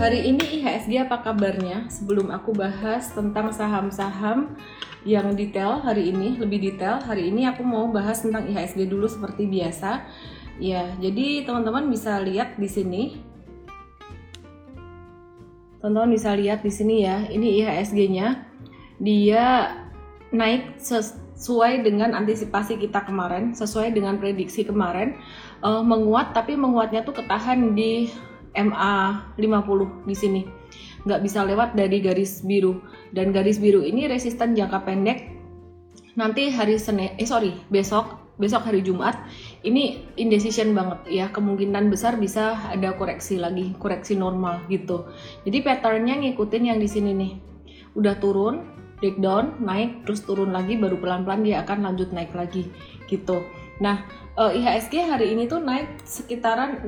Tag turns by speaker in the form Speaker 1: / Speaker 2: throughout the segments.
Speaker 1: Hari ini IHSG apa kabarnya? Sebelum aku bahas tentang saham-saham yang detail hari ini, lebih detail, hari ini aku mau bahas tentang IHSG dulu seperti biasa. Ya, jadi teman-teman bisa lihat di sini. Teman-teman bisa lihat di sini ya. Ini IHSG-nya. Dia naik sesuai dengan antisipasi kita kemarin, sesuai dengan prediksi kemarin, menguat, tapi menguatnya tuh ketahan di MA 50 di sini, nggak bisa lewat dari garis biru, dan garis biru ini resisten jangka pendek. Nanti hari besok hari Jumat ini indecision banget ya, kemungkinan besar bisa ada koreksi lagi, koreksi normal gitu. Jadi patternnya ngikutin yang di sini nih, udah turun, breakdown, naik, terus turun lagi, baru pelan-pelan dia akan lanjut naik lagi gitu. Nah, IHSG hari ini tuh naik sekitaran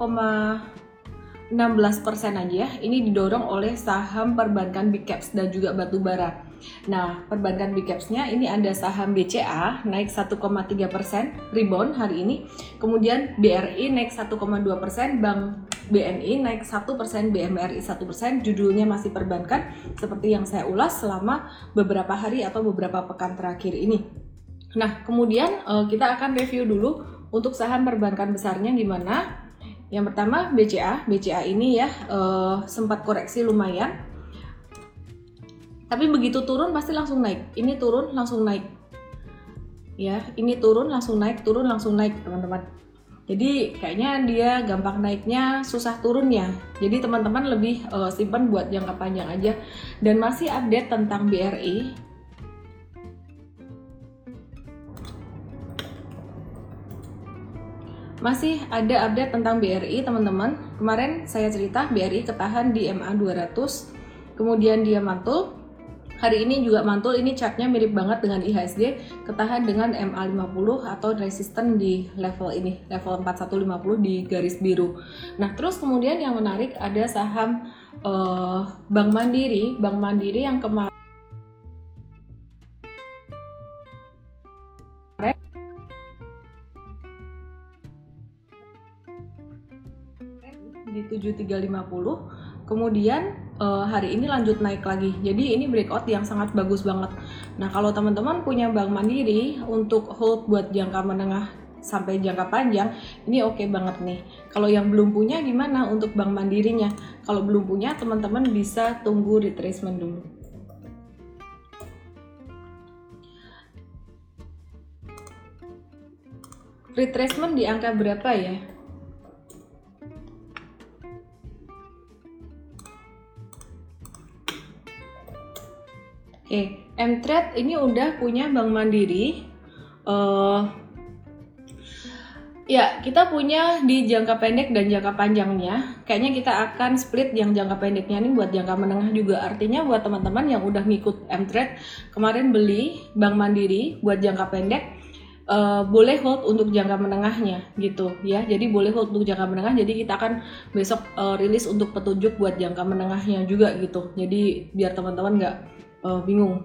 Speaker 1: 0,16% aja ya. Ini didorong oleh saham perbankan big caps dan juga batubara. Nah, perbankan big caps-nya ini ada saham BCA naik 1,3%, rebound hari ini. Kemudian BRI naik 1,2%, Bank BNI naik 1%, BMRI 1%. Judulnya masih perbankan seperti yang saya ulas selama beberapa hari atau beberapa pekan terakhir ini. Nah, kemudian kita akan review dulu untuk saham perbankan besarnya gimana. Yang pertama BCA ini ya sempat koreksi lumayan, tapi begitu turun pasti langsung naik. Ini turun langsung naik, ya. Ini turun langsung naik, turun langsung naik, teman-teman. Jadi kayaknya dia gampang naiknya, susah turunnya. Jadi teman-teman lebih simpan buat jangka panjang aja. Dan masih update tentang BRI. Masih ada update tentang BRI, teman-teman. Kemarin saya cerita BRI ketahan di MA 200, kemudian dia mantul. Hari ini juga mantul, ini chartnya mirip banget dengan IHSG, ketahan dengan MA 50 atau resisten di level ini, level 4150 di garis biru. Nah, terus kemudian yang menarik ada saham Bank Mandiri yang kemarin di 7350, kemudian hari ini lanjut naik lagi. Jadi ini breakout yang sangat bagus banget. Nah, kalau teman-teman punya Bank Mandiri untuk hold buat jangka menengah sampai jangka panjang, ini oke banget nih. Kalau yang belum punya gimana untuk Bank Mandirinya? Kalau belum punya, teman-teman bisa tunggu retracement dulu. Retracement di angka berapa ya? M-Trade ini udah punya Bank Mandiri. Ya, kita punya di jangka pendek dan jangka panjangnya. Kayaknya kita akan split yang jangka pendeknya ini buat jangka menengah juga. Artinya buat teman-teman yang udah ngikut M-Trade kemarin beli Bank Mandiri buat jangka pendek, boleh hold untuk jangka menengahnya gitu ya. Jadi boleh hold untuk jangka menengah. Jadi kita akan besok rilis untuk petunjuk buat jangka menengahnya juga gitu. Jadi biar teman-teman nggak bingung.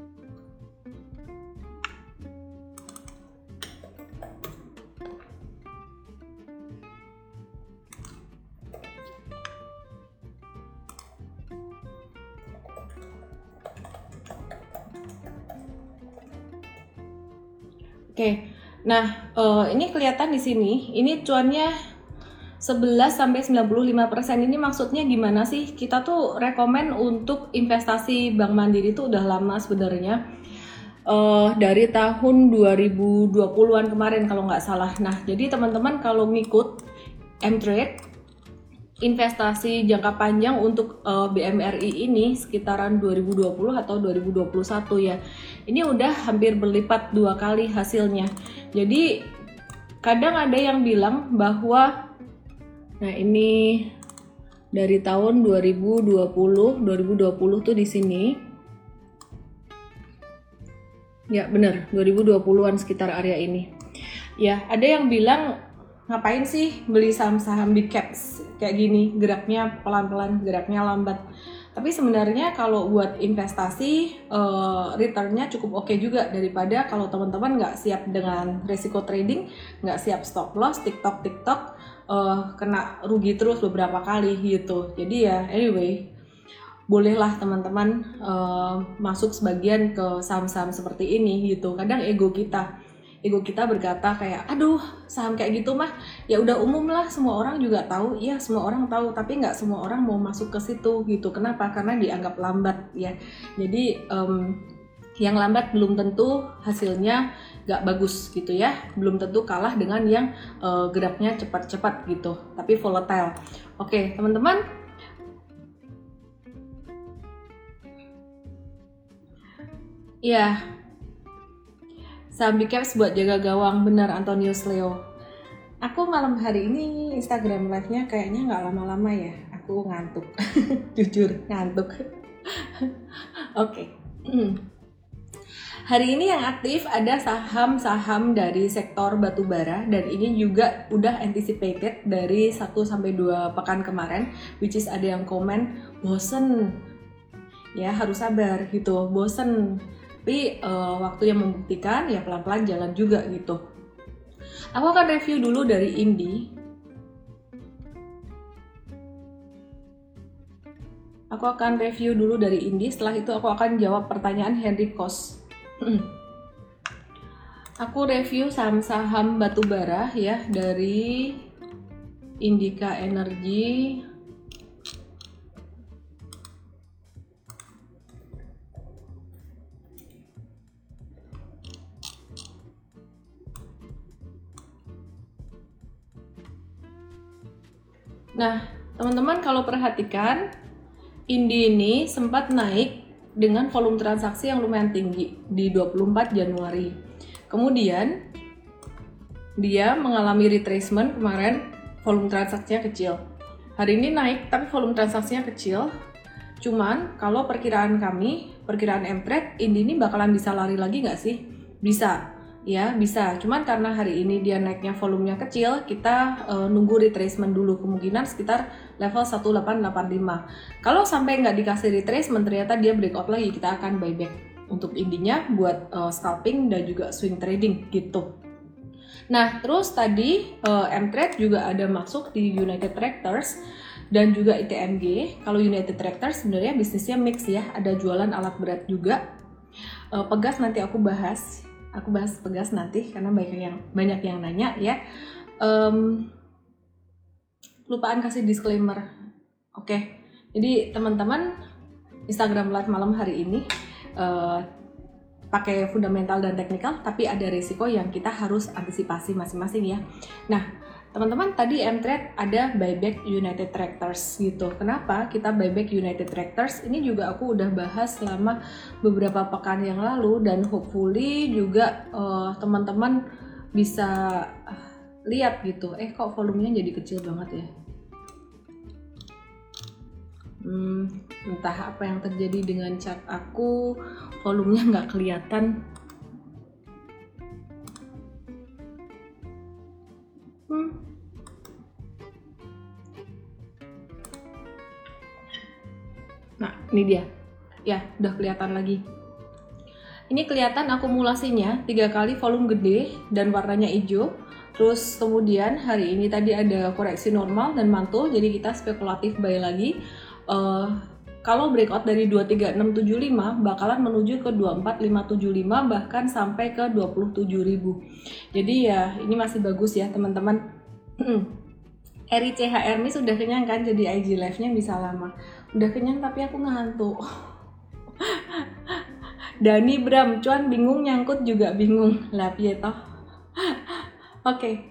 Speaker 1: Oke. Nah, ini kelihatan di sini. Ini cuannya 11-95%. Ini maksudnya gimana sih? Kita tuh rekomen untuk investasi Bank Mandiri itu udah lama sebenarnya, dari tahun 2020-an kemarin kalau nggak salah. Nah, jadi teman-teman kalau ngikut M-Trade investasi jangka panjang untuk BMRI ini sekitaran 2020 atau 2021 ya. Ini udah hampir berlipat 2 kali hasilnya. Jadi kadang ada yang bilang bahwa nah ini dari tahun 2020 tuh di sini. Ya, benar, 2020-an sekitar area ini. Ya, ada yang bilang ngapain sih beli saham-saham big caps kayak gini, geraknya pelan-pelan, geraknya lambat. Tapi sebenarnya kalau buat investasi returnnya cukup oke juga, daripada kalau teman-teman nggak siap dengan resiko trading, nggak siap stop loss, TikTok kena rugi terus beberapa kali gitu. Jadi ya anyway, bolehlah teman-teman masuk sebagian ke saham-saham seperti ini gitu. Kadang ego kita berkata kayak, aduh saham kayak gitu mah ya udah umum lah, semua orang juga tahu. Ya semua orang tahu, tapi nggak semua orang mau masuk ke situ gitu. Kenapa? Karena dianggap lambat ya. Jadi yang lambat belum tentu hasilnya nggak bagus gitu ya. Belum tentu kalah dengan yang geraknya cepat-cepat gitu, tapi volatile. Oke teman-teman, ya saham big caps buat jaga gawang, benar Antonius Leo. Aku malam hari ini Instagram live-nya kayaknya nggak lama-lama ya. Aku ngantuk, jujur ngantuk. Oke. Hari ini yang aktif ada saham-saham dari sektor batubara, dan ini juga udah anticipated dari 1-2 pekan kemarin, which is ada yang komen bosen. Ya harus sabar gitu, bosen. Tapi waktu yang membuktikan ya pelan-pelan jalan juga gitu. Aku akan review dulu dari Indi. Setelah itu aku akan jawab pertanyaan Henry Kos. Aku review saham-saham batubara ya dari Indika Energy. Nah, teman-teman kalau perhatikan, Indi ini sempat naik dengan volume transaksi yang lumayan tinggi di 24 Januari. Kemudian, dia mengalami retracement kemarin, volume transaksinya kecil. Hari ini naik, tapi volume transaksinya kecil. Cuman, kalau perkiraan Mtrade, Indi ini bakalan bisa lari lagi nggak sih? Bisa. Ya bisa, cuman karena hari ini dia naiknya volumenya kecil, kita nunggu retracement dulu, kemungkinan sekitar level 1885. Kalau sampai nggak dikasih retracement, ternyata dia breakout lagi, kita akan buyback untuk Indinya buat scalping dan juga swing trading gitu. Nah terus tadi Mtrade juga ada masuk di United Tractors dan juga ITMG. Kalau United Tractors sebenarnya bisnisnya mix ya, ada jualan alat berat juga. Pegas nanti aku bahas Pegas nanti karena banyak yang nanya ya. Lupaan kasih disclaimer. Oke. Jadi teman-teman, Instagram live malam hari ini pakai fundamental dan teknikal, tapi ada risiko yang kita harus antisipasi masing-masing ya. Nah, teman-teman tadi Mtrade ada buyback United Tractors gitu. Kenapa kita buyback United Tractors? Ini juga aku udah bahas selama beberapa pekan yang lalu, dan hopefully juga teman-teman bisa lihat gitu. Kok volumenya jadi kecil banget ya? Entah apa yang terjadi dengan chart aku, volumenya nggak kelihatan. Nah, ini dia. Ya, udah kelihatan lagi. Ini kelihatan akumulasinya 3 kali volume gede dan warnanya hijau. Terus kemudian hari ini tadi ada koreksi normal dan mantul, jadi kita spekulatif buy lagi. Kalau breakout dari 23675 bakalan menuju ke 24575, bahkan sampai ke 27.000. Jadi ya ini masih bagus ya teman-teman. Eri CHR ini sudah kenyang kan, jadi IG live-nya bisa lama. Udah kenyang tapi aku ngantuk. Dani Bram, cuan bingung nyangkut juga bingung. Lah piye toh? Oke.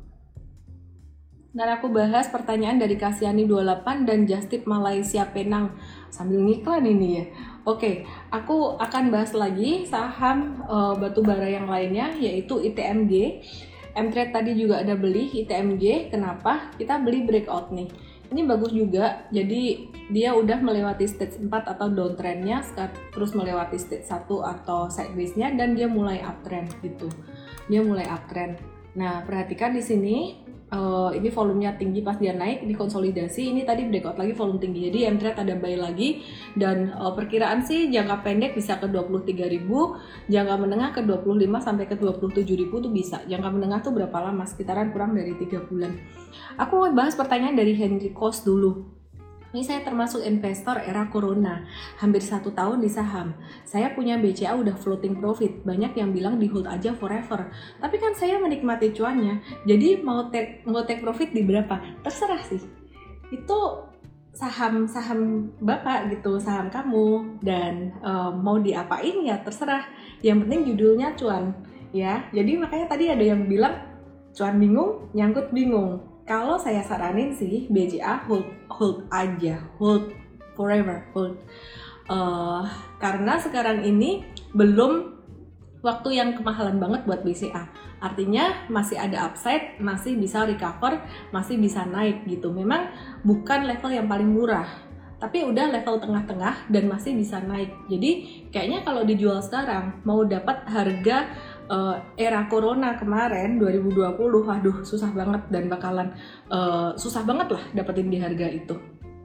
Speaker 1: Dan aku bahas pertanyaan dari Kasiani 28 dan Justip Malaysia Penang. Sambil ngiklan ini ya. Oke, aku akan bahas lagi saham batubara yang lainnya, yaitu ITMG. Mtrade tadi juga ada beli ITMG. Kenapa? Kita beli breakout nih. Ini bagus juga, jadi dia udah melewati stage 4 atau downtrendnya, terus melewati stage 1 atau sideways-nya, dan dia mulai uptrend gitu. Dia mulai uptrend. Nah, perhatikan di sini ini volumenya tinggi pas dia naik, dikonsolidasi, ini tadi breakout lagi volume tinggi, jadi M-Trade ada buy lagi, dan perkiraan sih jangka pendek bisa ke 23.000, jangka menengah ke 25 sampai ke 27.000 tuh bisa. Jangka menengah tuh berapa lama? Sekitaran kurang dari 3 bulan. Aku mau bahas pertanyaan dari Henry Kos dulu. Ini saya termasuk investor era corona, hampir 1 tahun di saham. Saya punya BCA udah floating profit, banyak yang bilang di hold aja forever. Tapi kan saya menikmati cuannya, jadi mau take profit di berapa? Terserah sih. Itu saham Bapak gitu, saham kamu, dan mau diapain ya terserah. Yang penting judulnya cuan, ya. Jadi makanya tadi ada yang bilang cuan bingung, nyangkut bingung. Kalau saya saranin sih BCA hold aja, hold forever, hold. Karena sekarang ini belum waktu yang kemahalan banget buat BCA. Artinya masih ada upside, masih bisa recover, masih bisa naik gitu. Memang bukan level yang paling murah, tapi udah level tengah-tengah dan masih bisa naik. Jadi kayaknya kalau dijual sekarang mau dapat harga era corona kemarin 2020, waduh susah banget dan bakalan susah banget lah dapetin di harga itu.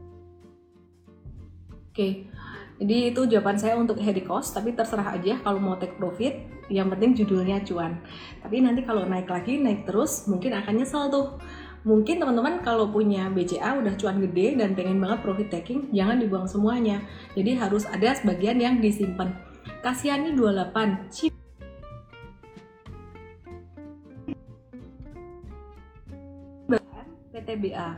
Speaker 1: Oke, jadi itu jawaban saya untuk Henry Kos, tapi terserah aja kalau mau take profit, yang penting judulnya cuan. Tapi nanti kalau naik lagi, naik terus, mungkin akan nyesel tuh. Mungkin teman-teman kalau punya BCA udah cuan gede dan pengen banget profit taking, jangan dibuang semuanya. Jadi harus ada sebagian yang disimpan. Kasiani 28, chip PTBA.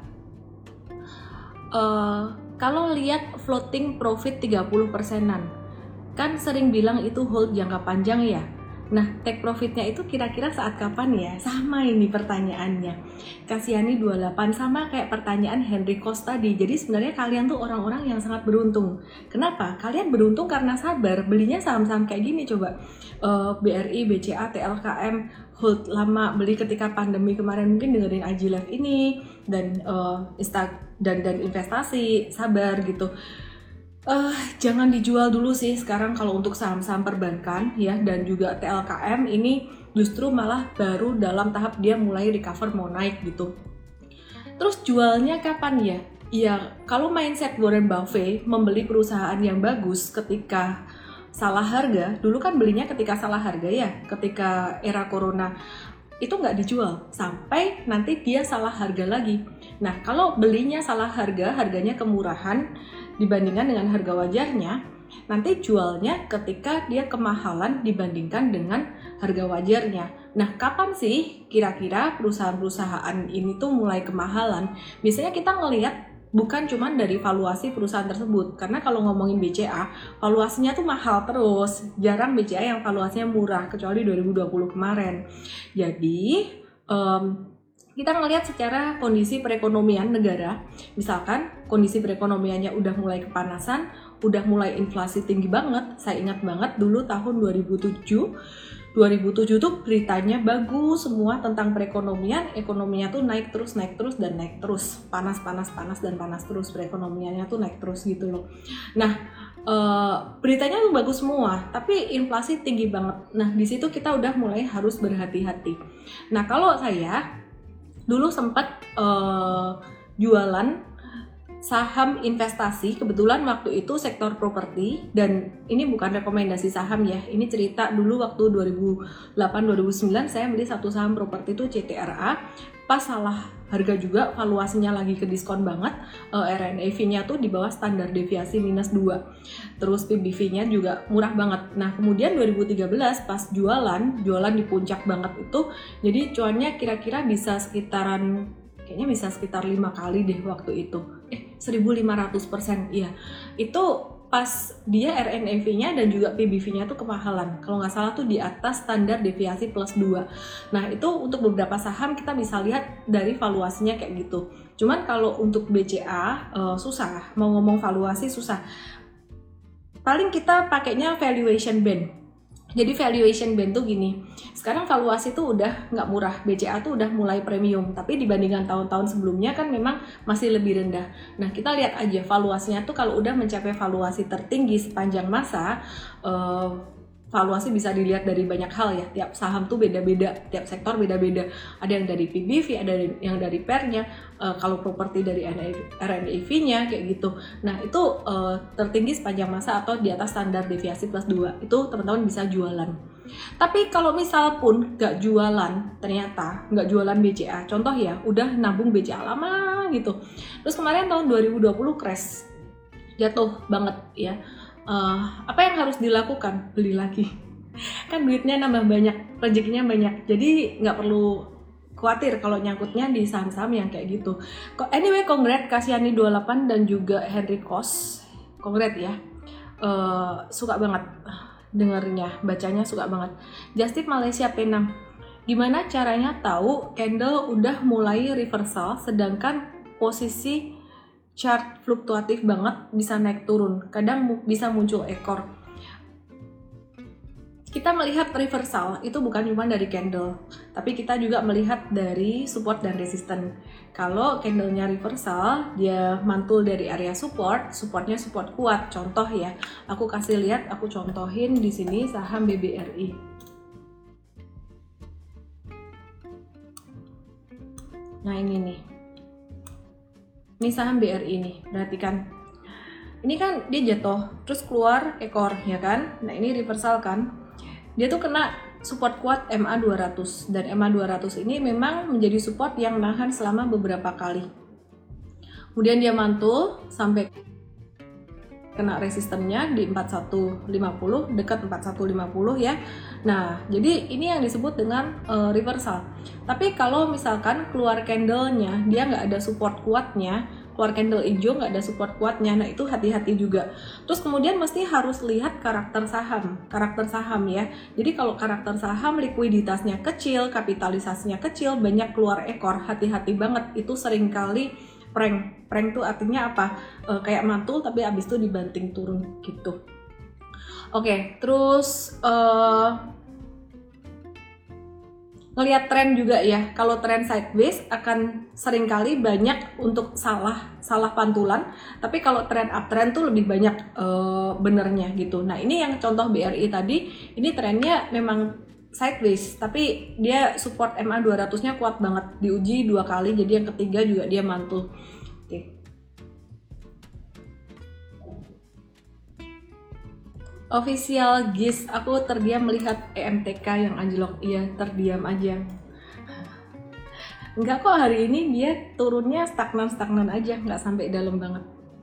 Speaker 1: Kalau lihat floating profit 30%-an, kan sering bilang itu hold jangka panjang ya. Nah, take profitnya itu kira-kira saat kapan ya? Sama ini pertanyaannya. Kasiani 28, sama kayak pertanyaan Henry Kos tadi. Jadi sebenarnya kalian tuh orang-orang yang sangat beruntung. Kenapa? Kalian beruntung karena sabar. Belinya saham-saham kayak gini coba. BRI, BCA, TLKM, hold lama, beli ketika pandemi kemarin, mungkin dengerin IG Live ini, dan dan investasi, sabar gitu. Jangan dijual dulu sih sekarang kalau untuk saham-saham perbankan ya, dan juga TLKM ini justru malah baru dalam tahap dia mulai recover mau naik gitu. Terus jualnya kapan ya? Ya kalau mindset Warren Buffett membeli perusahaan yang bagus ketika salah harga, dulu kan belinya ketika salah harga ya, ketika era corona itu nggak dijual sampai nanti dia salah harga lagi. Nah kalau belinya salah harga, harganya kemurahan dibandingkan dengan harga wajarnya, nanti jualnya ketika dia kemahalan dibandingkan dengan harga wajarnya. Nah kapan sih kira-kira perusahaan-perusahaan ini tuh mulai kemahalan? Biasanya kita ngelihat bukan cuma dari valuasi perusahaan tersebut, karena kalau ngomongin BCA, valuasinya tuh mahal terus, jarang BCA yang valuasinya murah, kecuali 2020 kemarin. Jadi, kita ngelihat secara kondisi perekonomian negara, misalkan kondisi perekonomiannya udah mulai kepanasan, udah mulai inflasi tinggi banget. Saya ingat banget dulu tahun 2007 tuh beritanya bagus semua tentang perekonomian, ekonominya tuh naik terus dan naik terus, panas dan panas terus, perekonomiannya tuh naik terus gitu loh. Nah beritanya tuh bagus semua, tapi inflasi tinggi banget. Nah di situ kita udah mulai harus berhati-hati. Nah kalau saya dulu sempat jualan saham investasi, kebetulan waktu itu sektor properti, dan ini bukan rekomendasi saham ya, ini cerita dulu waktu 2008-2009 saya beli satu saham properti itu CTRA, pas salah harga juga, valuasinya lagi ke diskon banget, RNAV-nya tuh di bawah standar deviasi -2, terus PBV-nya juga murah banget. Nah kemudian 2013 pas jualan di puncak banget itu, jadi cuannya kira-kira bisa sekitaran, kayaknya bisa sekitar 5 kali deh waktu itu, 1500%, iya. Itu pas dia RNAV-nya dan juga PBV-nya tuh kemahalan. Kalau nggak salah tuh di atas standar deviasi +2. Nah itu untuk beberapa saham kita bisa lihat dari valuasinya kayak gitu. Cuman kalau untuk BCA susah, mau ngomong valuasi susah. Paling kita pakainya valuation band. Jadi valuation band tuh gini, sekarang valuasi tuh udah nggak murah, BCA tuh udah mulai premium, tapi dibandingkan tahun-tahun sebelumnya kan memang masih lebih rendah. Nah kita lihat aja valuasinya tuh kalau udah mencapai valuasi tertinggi sepanjang masa, valuasi bisa dilihat dari banyak hal ya, tiap saham tuh beda-beda, tiap sektor beda-beda, ada yang dari PBV, ada yang dari PER-nya, kalau properti dari RNAV-nya kayak gitu. Nah itu tertinggi sepanjang masa atau di atas standar deviasi plus 2, itu teman-teman bisa jualan. Tapi kalau misal pun nggak jualan, ternyata nggak jualan BCA, contoh ya, udah nabung BCA lama gitu, terus kemarin tahun 2020 crash, jatuh banget ya, apa yang harus dilakukan? Beli lagi. Kan duitnya nambah banyak, rezekinya banyak, jadi nggak perlu khawatir kalau nyangkutnya di saham-saham yang kayak gitu. Anyway, congrats Kasiani 28 dan juga Henry Kos, congrats ya. Suka banget dengernya, bacanya suka banget. Justip Malaysia Penang, gimana caranya tahu candle udah mulai reversal sedangkan posisi chart fluktuatif banget, bisa naik turun, kadang bisa muncul ekor. Kita melihat reversal itu bukan cuma dari candle, tapi kita juga melihat dari support dan resisten. Kalau candlenya reversal, dia mantul dari area support, supportnya support kuat. Contoh ya, aku kasih lihat, aku contohin di sini saham BBRI. Nah ini nih. Ini saham BRI nih, perhatikan. Ini kan dia jatuh, terus keluar ekor, ya kan? Nah ini reversal kan? Dia tuh kena support kuat MA200, dan MA200 ini memang menjadi support yang nahan selama beberapa kali. Kemudian dia mantul sampai kena resistennya di 4150, dekat 4150 ya. Nah, jadi ini yang disebut dengan reversal. Tapi kalau misalkan keluar candlenya, dia nggak ada support kuatnya, keluar candle hijau nggak ada support kuatnya, nah itu hati-hati juga. Terus kemudian mesti harus lihat karakter saham ya. Jadi kalau karakter saham likuiditasnya kecil, kapitalisasinya kecil, banyak keluar ekor, hati-hati banget. Itu seringkali prank tuh artinya apa? Kayak mantul tapi abis itu dibanting turun gitu. Oke, terus ngelihat tren juga ya. Kalau tren sideways akan seringkali banyak untuk salah pantulan, tapi kalau tren uptrend tuh lebih banyak benernya gitu. Nah ini yang contoh BRI tadi, ini trennya memang sideways, tapi dia support MA200-nya kuat banget, diuji 2 kali, jadi yang ketiga juga dia mantul. Oke. Official GIS, aku terdiam melihat EMTK yang anjlok. Iya, terdiam aja. Enggak kok, hari ini dia turunnya stagnan aja, nggak sampai dalam banget.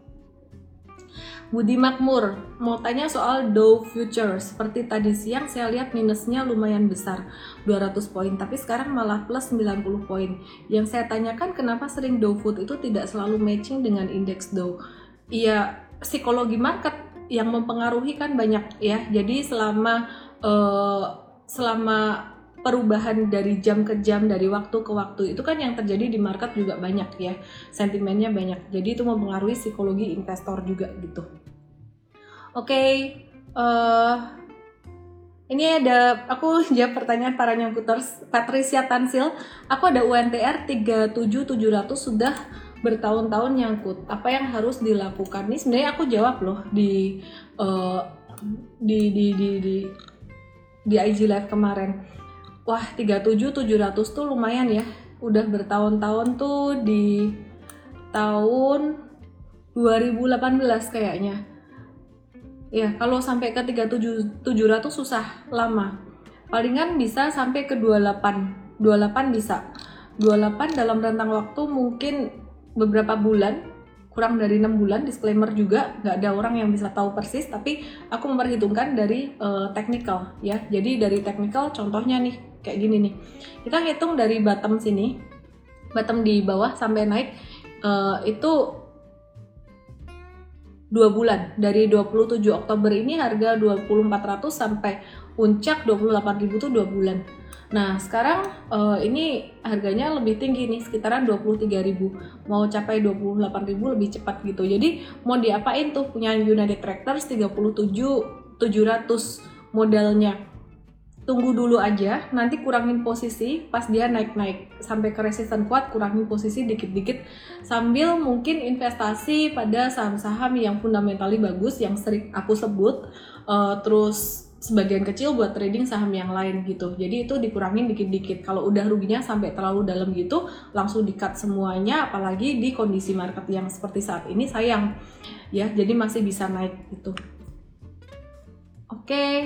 Speaker 1: Budi Makmur, mau tanya soal Dow Futures. Seperti tadi siang saya lihat minusnya lumayan besar, 200 poin, tapi sekarang malah plus 90 poin. Yang saya tanyakan kenapa sering Dow Food itu tidak selalu matching dengan indeks Dow. Iya, psikologi market yang mempengaruhi kan banyak ya. Jadi selama perubahan dari jam ke jam, dari waktu ke waktu, itu kan yang terjadi di market juga banyak ya, sentimennya banyak, jadi itu mempengaruhi psikologi investor juga gitu. Oke, ini ada, aku jawab pertanyaan para nyangkuters. Patricia Tansil, aku ada UNTR 37700 sudah bertahun-tahun nyangkut, apa yang harus dilakukan? Nih sebenarnya aku jawab loh di IG live kemarin. Wah, 37700 tuh lumayan ya. Udah bertahun-tahun tuh, di tahun 2018 kayaknya. Ya, kalau sampai ke 37700 susah, lama. Palingan bisa sampai ke 28. 28 bisa. 28 dalam rentang waktu mungkin beberapa bulan, kurang dari 6 bulan, disclaimer juga, nggak ada orang yang bisa tahu persis, tapi aku memperhitungkan dari technical ya. Jadi dari technical contohnya nih, kayak gini nih. Kita hitung dari bottom sini, bottom di bawah sampai naik, itu 2 bulan. Dari 27 Oktober ini harga 2400 sampai puncak 28.000 tuh 2 bulan. Nah sekarang ini harganya lebih tinggi nih, sekitaran 23.000, mau capai 28.000 lebih cepat gitu. Jadi mau diapain tuh punya United Tractors 37.700 modalnya? Tunggu dulu aja, nanti kurangin posisi pas dia naik-naik sampai ke resisten kuat, kurangin posisi dikit-dikit sambil mungkin investasi pada saham-saham yang fundamentally bagus yang sering aku sebut, terus sebagian kecil buat trading saham yang lain gitu. Jadi itu dikurangin dikit-dikit. Kalau udah ruginya sampai terlalu dalam gitu, langsung di-cut semuanya, apalagi di kondisi market yang seperti saat ini sayang ya. Jadi masih bisa naik gitu. Oke.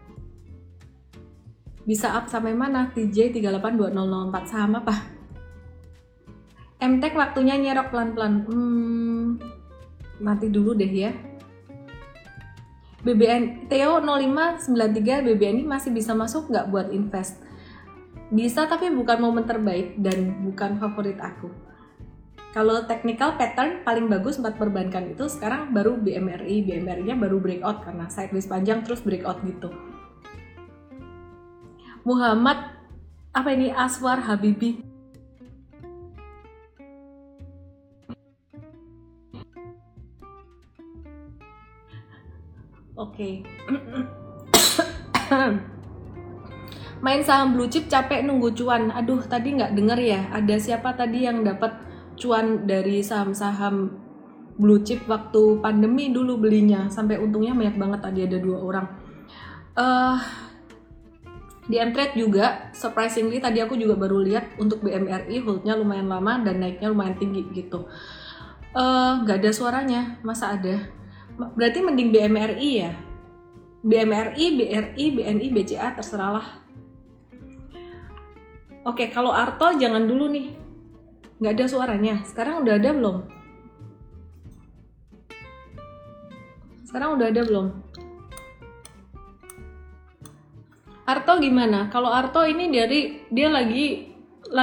Speaker 1: Bisa up sampai mana? TJ 382004 saham apa? MTech waktunya nyerok pelan-pelan. Nanti dulu deh ya. BBN Theo 0593 BBNI masih bisa masuk nggak buat invest? Bisa, tapi bukan momen terbaik dan bukan favorit aku. Kalau technical pattern paling bagus buat perbankan itu sekarang baru BMRI. BMRI-nya baru breakout karena sideways panjang terus breakout gitu. Muhammad apa ini Aswar Habibi. Oke. Main saham blue chip capek nunggu cuan. Aduh, tadi nggak denger ya. Ada siapa tadi yang dapat cuan dari saham-saham blue chip waktu pandemi dulu belinya? Sampai untungnya banyak banget, tadi ada 2 orang. Di Mtrade juga, surprisingly tadi aku juga baru lihat untuk BMRI holdnya lumayan lama dan naiknya lumayan tinggi gitu. Nggak ada suaranya, masa ada? Berarti mending BMRI ya? BMRI, BRI, BNI, BCA terserahlah. Oke, kalau Arto jangan dulu nih. Nggak ada suaranya. Sekarang udah ada belum? Sekarang udah ada belum? Arto gimana? Kalau Arto ini dia lagi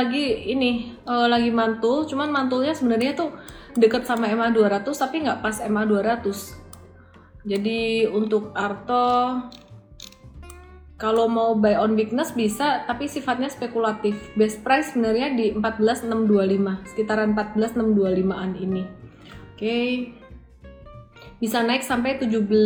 Speaker 1: mantul, cuman mantulnya sebenarnya tuh deket sama MA 200 tapi nggak pas MA 200. Jadi untuk Arto kalau mau buy on weakness bisa, tapi sifatnya spekulatif. Best price sebenarnya di 14.625, sekitaran 14.625an ini. Oke. Bisa naik sampai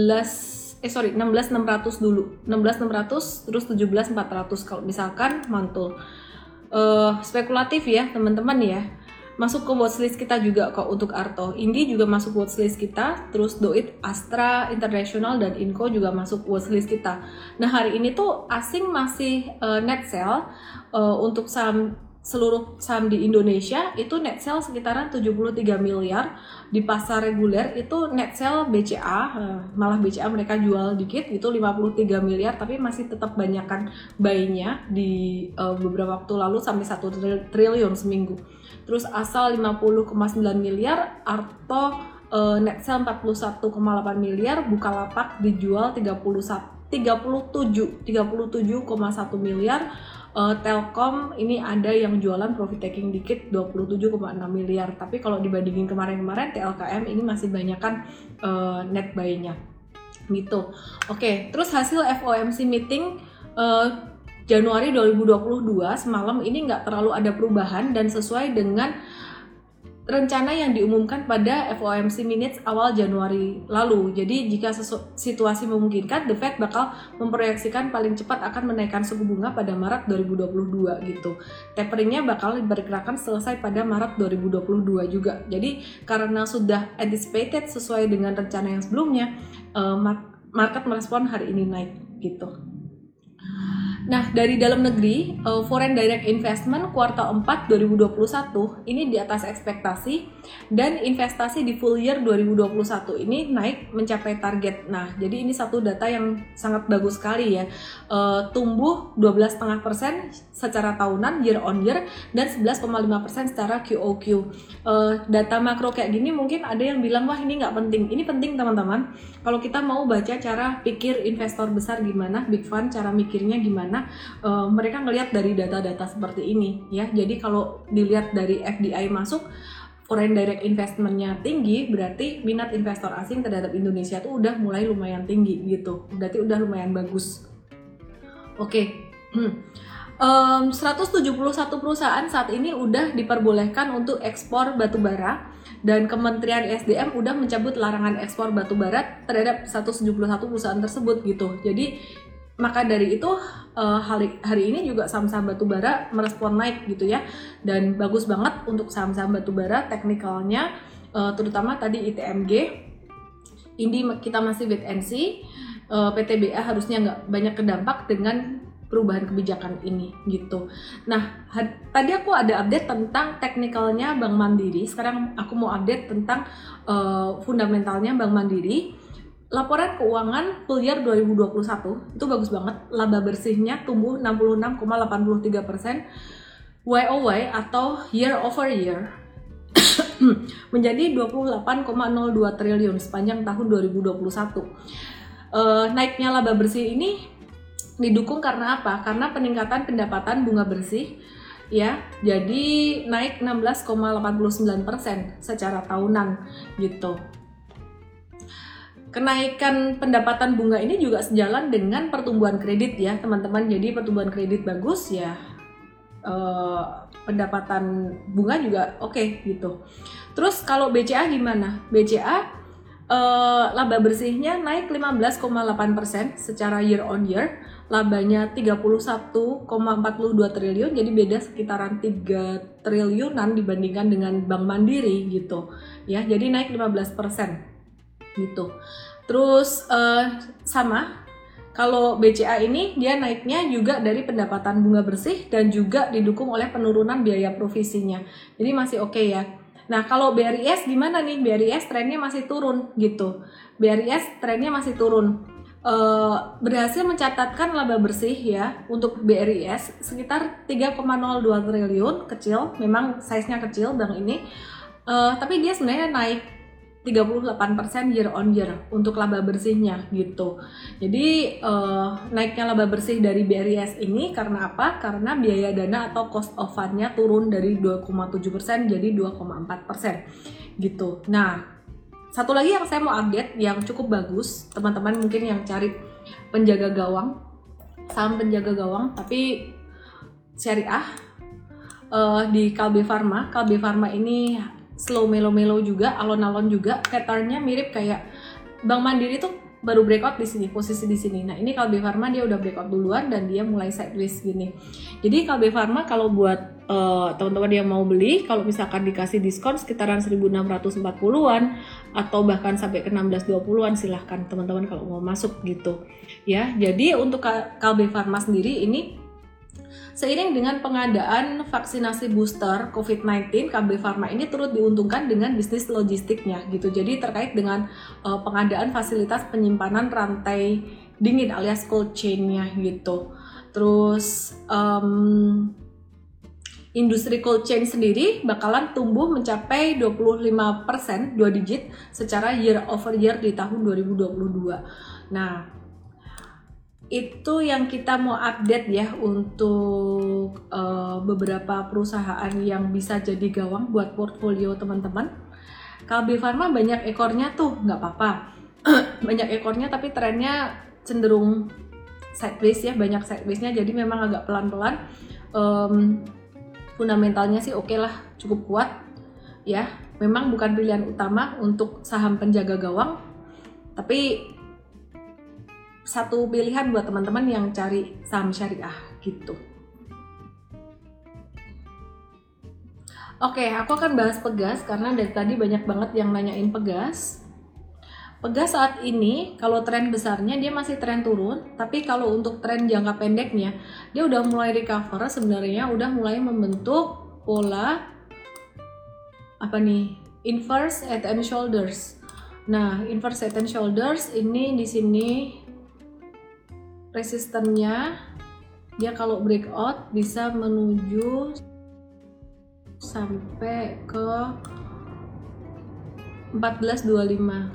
Speaker 1: 16.600 dulu. 16.600 terus 17.400 kalau misalkan mantul. Spekulatif ya, teman-teman ya. Masuk ke watchlist kita juga kok untuk Arto. Indi juga masuk watchlist kita, terus Doit, Astra, International, dan Inco juga masuk watchlist kita. Nah hari ini tuh asing masih net sell untuk seluruh saham di Indonesia itu net sell sekitaran 73 miliar. Di pasar reguler itu net sell BCA, malah BCA mereka jual dikit itu 53 miliar, tapi masih tetap banyakkan buy-nya di beberapa waktu lalu sampai 1 triliun seminggu. Terus Asal 50,9 miliar, Arto net sell 41,8 miliar, Bukalapak dijual 37,1 miliar. Telkom ini ada yang jualan profit taking dikit 27,6 miliar, tapi kalau dibandingin kemarin-kemarin TLKM ini masih banyakkan net buy-nya gitu. Oke, terus hasil FOMC meeting Januari 2022 semalam ini nggak terlalu ada perubahan dan sesuai dengan rencana yang diumumkan pada FOMC minutes awal Januari lalu. Jadi jika situasi memungkinkan, The Fed bakal memproyeksikan paling cepat akan menaikkan suku bunga pada Maret 2022 gitu. Taperingnya bakal diperkirakan selesai pada Maret 2022 juga. Jadi karena sudah anticipated sesuai dengan rencana yang sebelumnya, market merespon hari ini naik gitu. Nah, dari dalam negeri, foreign direct investment kuartal 4 2021 ini di atas ekspektasi dan investasi di full year 2021 ini naik mencapai target. Nah, jadi ini satu data yang sangat bagus sekali ya. Tumbuh 12,5% secara tahunan year on year dan 11,5% secara QOQ. Data makro kayak gini mungkin ada yang bilang wah ini nggak penting. Ini penting teman-teman. Kalau kita mau baca cara pikir investor besar gimana, big fund cara mikirnya gimana, mereka ngelihat dari data-data seperti ini ya. Jadi kalau dilihat dari FDI masuk, foreign direct investment-nya tinggi, berarti minat investor asing terhadap Indonesia tuh udah mulai lumayan tinggi gitu. Berarti udah lumayan bagus. Oke. 171 perusahaan saat ini udah diperbolehkan untuk ekspor batubara dan Kementerian SDM udah mencabut larangan ekspor batubara terhadap 171 perusahaan tersebut gitu. Jadi maka dari itu hari ini juga saham-saham batubara merespon naik gitu ya, dan bagus banget untuk saham-saham batubara teknikalnya, terutama tadi ITMG, Indi kita masih wait and see. PTBA harusnya nggak banyak kedampak dengan perubahan kebijakan ini gitu. Nah, tadi aku ada update tentang teknikalnya Bank Mandiri. Sekarang aku mau update tentang fundamentalnya Bank Mandiri. Laporan keuangan full year 2021 itu bagus banget. Laba bersihnya tumbuh 66,83% YOY atau year over year menjadi 28,02 triliun sepanjang tahun 2021. Naiknya laba bersih ini didukung karena apa? Karena peningkatan pendapatan bunga bersih ya, jadi naik 16,89% secara tahunan gitu. Kenaikan pendapatan bunga ini juga sejalan dengan pertumbuhan kredit ya teman-teman. Jadi pertumbuhan kredit bagus ya, pendapatan bunga juga oke gitu. Terus kalau BCA gimana? BCA laba bersihnya naik 15,8% secara year on year. Labanya 31,42 triliun, jadi beda sekitaran 3 triliunan dibandingkan dengan Bank Mandiri gitu ya. Jadi naik 15% gitu. Terus sama kalau BCA ini dia naiknya juga dari pendapatan bunga bersih dan juga didukung oleh penurunan biaya provisinya. Jadi masih oke ya. Nah, kalau BRIS gimana nih? BRIS trennya masih turun gitu. BRIS trennya masih turun. Berhasil mencatatkan laba bersih ya untuk BRIS sekitar 3,02 triliun, kecil, memang size-nya kecil bank ini. Tapi dia sebenarnya naik 38% year on year untuk laba bersihnya gitu. Jadi naiknya laba bersih dari BRIS ini karena apa? Karena biaya dana atau cost of fund-nya turun dari 2,7% jadi 2,4% gitu. Nah, satu lagi yang saya mau update yang cukup bagus, teman-teman mungkin yang cari penjaga gawang, saham penjaga gawang tapi syariah di Kalbe Pharma. Kalbe Pharma ini slow melo-melo juga, alon-alon juga, pattern-nya mirip kayak Bank Mandiri tuh baru breakout di sini, posisi di sini. Nah, ini Kalbe Pharma dia udah breakout duluan dan dia mulai sideways gini. Jadi Kalbe Pharma kalau buat teman-teman yang mau beli, kalau misalkan dikasih diskon sekitaran 1.640-an atau bahkan sampai ke 1620-an, silahkan teman-teman kalau mau masuk gitu. Ya, jadi untuk Kalbe Pharma sendiri ini seiring dengan pengadaan vaksinasi booster COVID-19, Kalbe Pharma ini turut diuntungkan dengan bisnis logistiknya gitu. Jadi terkait dengan pengadaan fasilitas penyimpanan rantai dingin alias cold chain-nya gitu. Terus industri cold chain sendiri bakalan tumbuh mencapai 25% 2 digit secara year over year di tahun 2022. Nah, itu yang kita mau update ya untuk beberapa perusahaan yang bisa jadi gawang buat portfolio teman-teman. Kalbe Pharma banyak ekornya tuh, nggak apa-apa. Banyak ekornya tapi trennya cenderung sideways ya, banyak sidewaysnya, jadi memang agak pelan-pelan. Fundamentalnya sih oke lah, cukup kuat ya. Memang bukan pilihan utama untuk saham penjaga gawang, tapi satu pilihan buat teman-teman yang cari saham syariah gitu. Oke, aku akan bahas Pegas karena dari tadi banyak banget yang nanyain Pegas. Pegas saat ini kalau tren besarnya dia masih tren turun, tapi kalau untuk tren jangka pendeknya dia udah mulai recover, sebenarnya udah mulai membentuk pola apa nih? Inverse head and shoulders. Nah, inverse head and shoulders ini di sini resistennya dia kalau breakout bisa menuju sampai ke 1425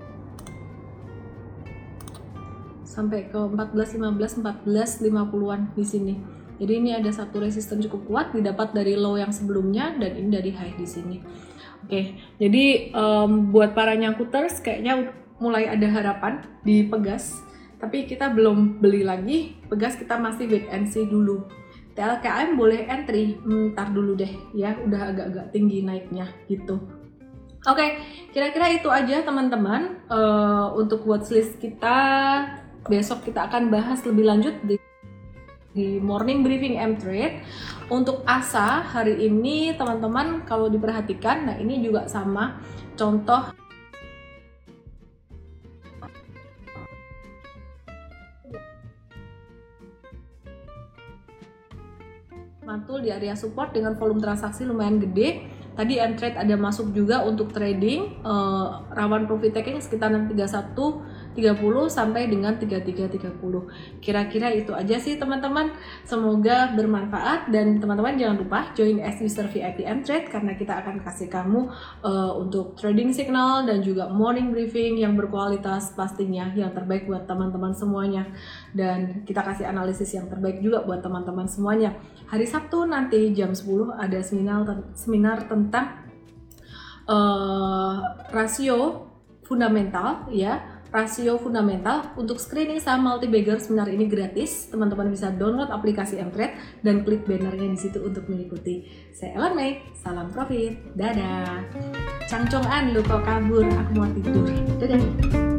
Speaker 1: sampai ke 1415 1450-an di sini. Jadi ini ada satu resisten cukup kuat didapat dari low yang sebelumnya dan ini dari high di sini. Oke, jadi buat para nyangkuters kayaknya mulai ada harapan di Pegas. Tapi kita belum beli lagi, Pegas kita masih wait and see dulu. TLKM boleh entry, ntar dulu deh ya, udah agak-agak tinggi naiknya gitu. Oke, kira-kira itu aja teman-teman untuk watchlist kita. Besok kita akan bahas lebih lanjut di morning briefing M-Trade. Untuk ASA hari ini teman-teman kalau diperhatikan, nah ini juga sama contoh mantul di area support dengan volume transaksi lumayan gede. Tadi Mtrade ada masuk juga untuk trading, rawan profit taking sekitar 31.30 sampai dengan 33.30. Kira-kira itu aja sih teman-teman. Semoga bermanfaat dan teman-teman jangan lupa join as user VIP Mtrade karena kita akan kasih kamu untuk trading signal dan juga morning briefing yang berkualitas pastinya, yang terbaik buat teman-teman semuanya. Dan kita kasih analisis yang terbaik juga buat teman-teman semuanya. Hari Sabtu nanti jam 10 ada seminar tentang rasio fundamental ya, rasio fundamental untuk screening saham multi bagger. Seminar ini gratis, teman-teman bisa download aplikasi Mtrade dan klik bannernya di situ untuk mengikuti. Saya Ellen May, salam profit, dadah. Cangcongan lu kok kabur, aku mau tidur, dadah.